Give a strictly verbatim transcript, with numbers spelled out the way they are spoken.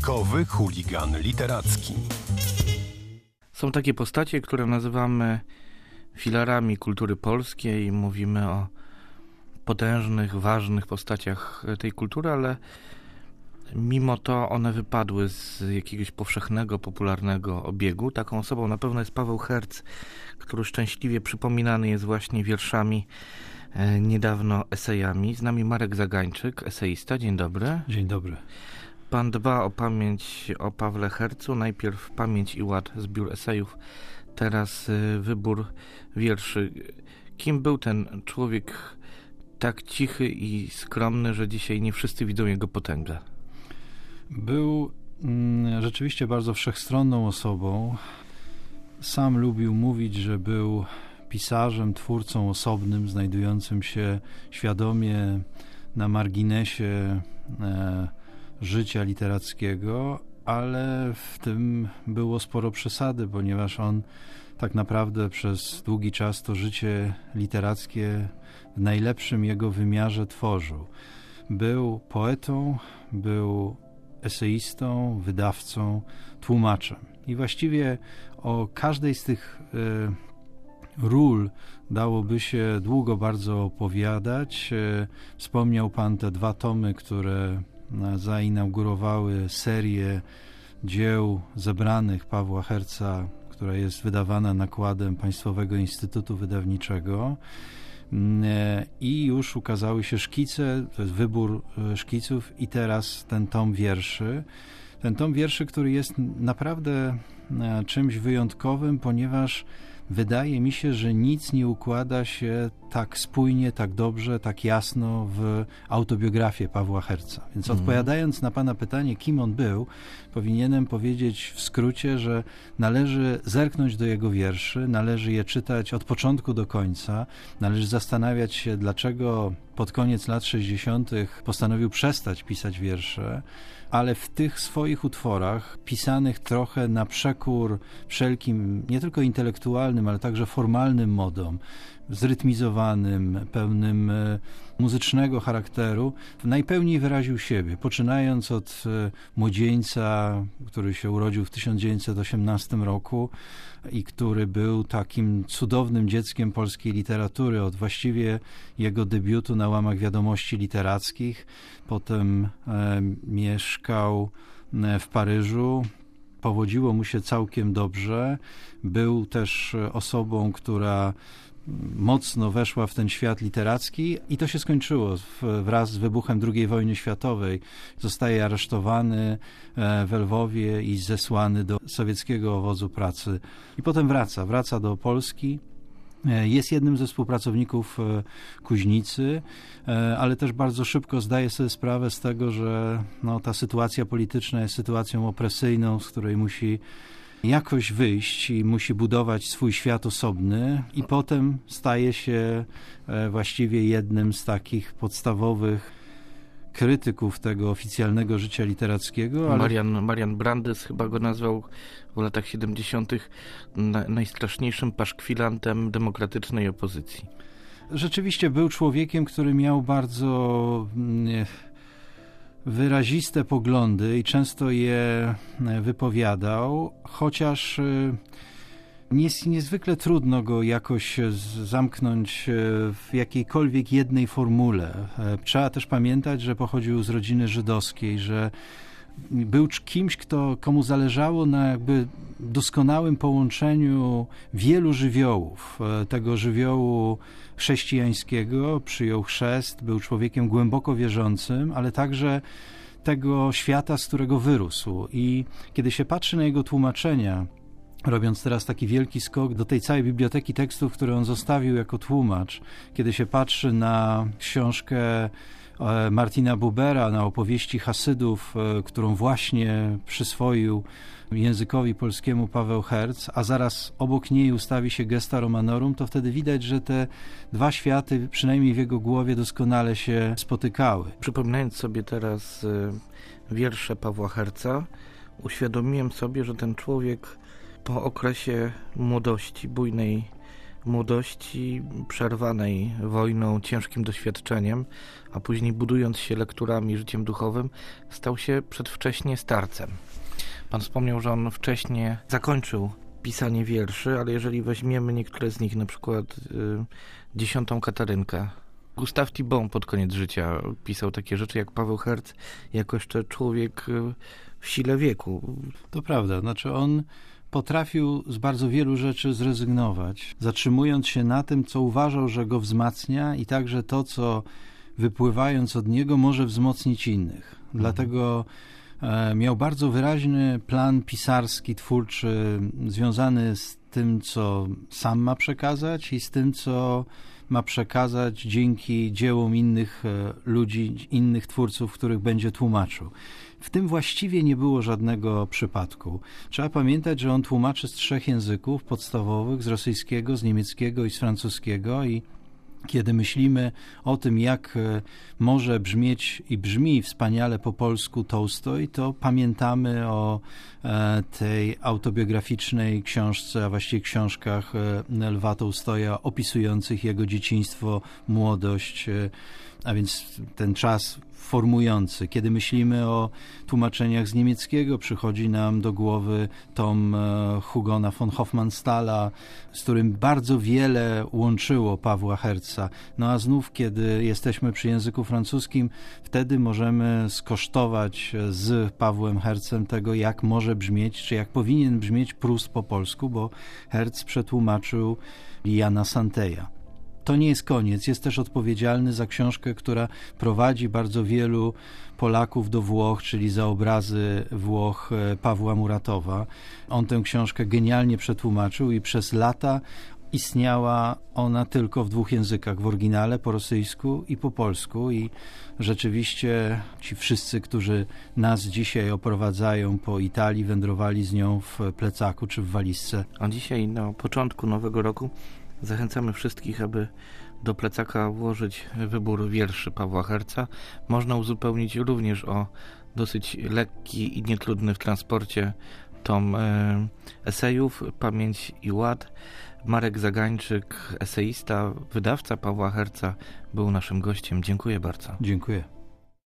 Bajkowy chuligan literacki. Są takie postacie, które nazywamy filarami kultury polskiej. Mówimy o potężnych, ważnych postaciach tej kultury, ale mimo to one wypadły z jakiegoś powszechnego, popularnego obiegu. Taką osobą na pewno jest Paweł Herc, który szczęśliwie przypominany jest właśnie wierszami, niedawno esejami. Z nami Marek Zagańczyk, eseista. Dzień dobry. Dzień dobry. Pan dba o pamięć o Pawle Hercu. Najpierw Pamięć i ład, zbiór esejów, teraz wybór wierszy. Kim był ten człowiek tak cichy i skromny, że dzisiaj nie wszyscy widzą jego potęgę? Był mm, rzeczywiście bardzo wszechstronną osobą. Sam lubił mówić, że był pisarzem, twórcą osobnym, znajdującym się świadomie na marginesie e, życia literackiego, ale w tym było sporo przesady, ponieważ on tak naprawdę przez długi czas to życie literackie w najlepszym jego wymiarze tworzył. Był poetą, był eseistą, wydawcą, tłumaczem. I właściwie o każdej z tych y, ról dałoby się długo bardzo opowiadać. Y, wspomniał Pan te dwa tomy, które y, zainaugurowały serię dzieł zebranych Pawła Herca, która jest wydawana nakładem Państwowego Instytutu Wydawniczego. I już ukazały się szkice, to jest wybór szkiców i teraz ten tom wierszy. Ten tom wierszy, który jest naprawdę czymś wyjątkowym, ponieważ wydaje mi się, że nic nie układa się tak spójnie, tak dobrze, tak jasno w autobiografię Pawła Herca. Więc mm. odpowiadając na Pana pytanie, kim on był, powinienem powiedzieć w skrócie, że należy zerknąć do jego wierszy, należy je czytać od początku do końca, należy zastanawiać się, dlaczego pod koniec lat sześćdziesiątych postanowił przestać pisać wiersze, ale w tych swoich utworach, pisanych trochę na przekór wszelkim, nie tylko intelektualnym, ale także formalnym modom, zrytmizowanym, pełnym muzycznego charakteru, najpełniej wyraził siebie, poczynając od młodzieńca, który się urodził w tysiąc dziewięćset osiemnastym roku i który był takim cudownym dzieckiem polskiej literatury, od właściwie jego debiutu na łamach Wiadomości Literackich. Potem e, mieszkał w Paryżu. Powodziło mu się całkiem dobrze. Był też osobą, która mocno weszła w ten świat literacki i to się skończyło wraz z wybuchem drugiej wojny światowej. Zostaje aresztowany w Lwowie i zesłany do sowieckiego obozu pracy. I potem wraca, wraca do Polski. Jest jednym ze współpracowników Kuźnicy, ale też bardzo szybko zdaje sobie sprawę z tego, że no, ta sytuacja polityczna jest sytuacją opresyjną, z której musi jakoś wyjść i musi budować swój świat osobny i potem staje się właściwie jednym z takich podstawowych krytyków tego oficjalnego życia literackiego. Ale... Marian, Marian Brandes chyba go nazwał w latach siedemdziesiątych na, najstraszniejszym paszkwilantem demokratycznej opozycji. Rzeczywiście był człowiekiem, który miał bardzo nie, wyraziste poglądy i często je wypowiadał, chociaż Nies, niezwykle trudno go jakoś zamknąć w jakiejkolwiek jednej formule. Trzeba też pamiętać, że pochodził z rodziny żydowskiej, że był kimś, kto, komu zależało na jakby doskonałym połączeniu wielu żywiołów. Tego żywiołu chrześcijańskiego, przyjął chrzest, był człowiekiem głęboko wierzącym, ale także tego świata, z którego wyrósł. I kiedy się patrzy na jego tłumaczenia, robiąc teraz taki wielki skok do tej całej biblioteki tekstów, które on zostawił jako tłumacz, kiedy się patrzy na książkę Martina Bubera, na opowieści Hasydów, którą właśnie przyswoił językowi polskiemu Paweł Herc, a zaraz obok niej ustawi się Gesta Romanorum, to wtedy widać, że te dwa światy, przynajmniej w jego głowie, doskonale się spotykały. Przypominając sobie teraz wiersze Pawła Herca, uświadomiłem sobie, że ten człowiek po okresie młodości, bujnej młodości przerwanej wojną, ciężkim doświadczeniem, a później budując się lekturami, życiem duchowym, stał się przedwcześnie starcem. Pan wspomniał, że on wcześnie zakończył pisanie wierszy, ale jeżeli weźmiemy niektóre z nich, na przykład y, Dziesiątą Katarynkę, Gustave Thibon pod koniec życia pisał takie rzeczy, jak Paweł Herc, jako jeszcze człowiek w sile wieku. To prawda, znaczy on potrafił z bardzo wielu rzeczy zrezygnować, zatrzymując się na tym, co uważał, że go wzmacnia i także to, co wypływając od niego może wzmocnić innych. Mhm. Dlatego e, miał bardzo wyraźny plan pisarski, twórczy, związany z tym, co sam ma przekazać i z tym, co ma przekazać dzięki dziełom innych ludzi, innych twórców, których będzie tłumaczył. W tym właściwie nie było żadnego przypadku. Trzeba pamiętać, że on tłumaczy z trzech języków podstawowych, z rosyjskiego, z niemieckiego i z francuskiego i kiedy myślimy o tym, jak może brzmieć i brzmi wspaniale po polsku Tołstoj, to pamiętamy o tej autobiograficznej książce, a właściwie książkach Lwa Tołstoja opisujących jego dzieciństwo, młodość, a więc ten czas formujący. Kiedy myślimy o tłumaczeniach z niemieckiego, przychodzi nam do głowy tom Hugona von Hofmannsthala, z którym bardzo wiele łączyło Pawła Herca. No a znów, kiedy jesteśmy przy języku francuskim, wtedy możemy skosztować z Pawłem Hercem tego, jak może brzmieć, czy jak powinien brzmieć Prus po polsku, bo Herc przetłumaczył Jana Santeja. To nie jest koniec. Jest też odpowiedzialny za książkę, która prowadzi bardzo wielu Polaków do Włoch, czyli za obrazy Włoch Pawła Muratowa. On tę książkę genialnie przetłumaczył i przez lata istniała ona tylko w dwóch językach, w oryginale po rosyjsku i po polsku i rzeczywiście ci wszyscy, którzy nas dzisiaj oprowadzają po Italii, wędrowali z nią w plecaku czy w walizce. A dzisiaj na początku nowego roku zachęcamy wszystkich, aby do plecaka włożyć wybór wierszy Pawła Herca. Można uzupełnić również o dosyć lekki i nietrudny w transporcie tom e, esejów Pamięć i ład. Marek Zagańczyk, eseista, wydawca Pawła Herca, był naszym gościem. Dziękuję bardzo. Dziękuję.